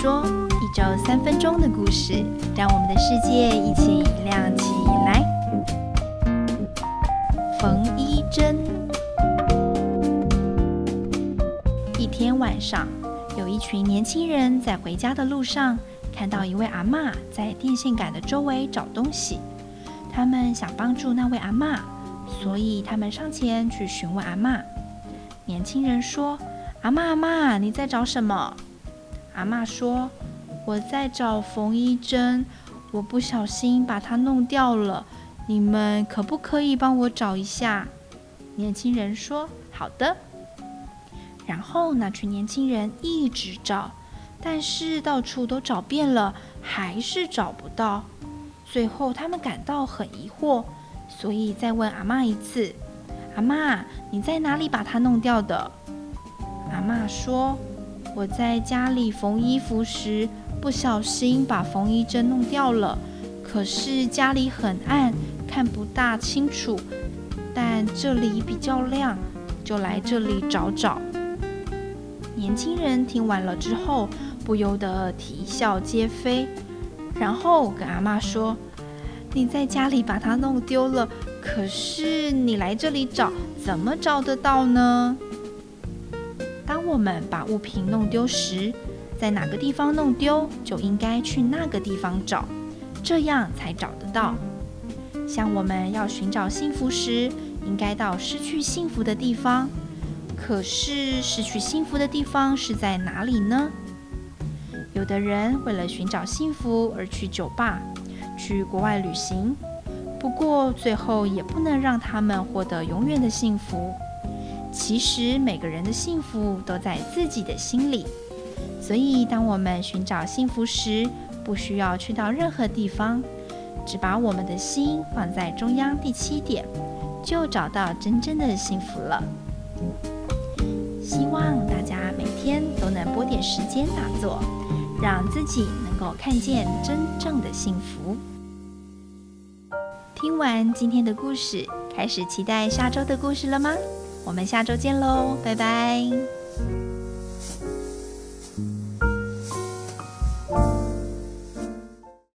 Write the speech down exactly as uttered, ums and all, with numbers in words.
说，一周三分钟的故事，让我们的世界一起亮起来。缝衣针。一天晚上，有一群年轻人在回家的路上，看到一位阿嬷在电线杆的周围找东西。他们想帮助那位阿嬷，所以他们上前去询问阿嬷。年轻人说：“阿嬷，阿嬷，你在找什么？”阿嬷说：“我在找缝衣针，我不小心把它弄掉了，你们可不可以帮我找一下？”年轻人说：“好的。”然后那群年轻人一直找，但是到处都找遍了，还是找不到。最后他们感到很疑惑，所以再问阿嬷一次：“阿嬷，你在哪里把它弄掉的？”阿嬷说：“我在家里缝衣服时，不小心把缝衣针弄掉了。可是家里很暗，看不大清楚，但这里比较亮，就来这里找找。”年轻人听完了之后，不由得啼笑皆非，然后跟阿嬷说：“你在家里把它弄丢了，可是你来这里找，怎么找得到呢？”当我们把物品弄丢时，在哪个地方弄丢，就应该去那个地方找，这样才找得到。像我们要寻找幸福时，应该到失去幸福的地方。可是失去幸福的地方是在哪里呢？有的人为了寻找幸福而去酒吧，去国外旅行，不过最后也不能让他们获得永远的幸福。其实每个人的幸福都在自己的心里，所以当我们寻找幸福时，不需要去到任何地方，只把我们的心放在中央第七点，就找到真正的幸福了。希望大家每天都能拨点时间打坐，让自己能够看见真正的幸福。听完今天的故事，开始期待下周的故事了吗？我们下周见喽，拜拜。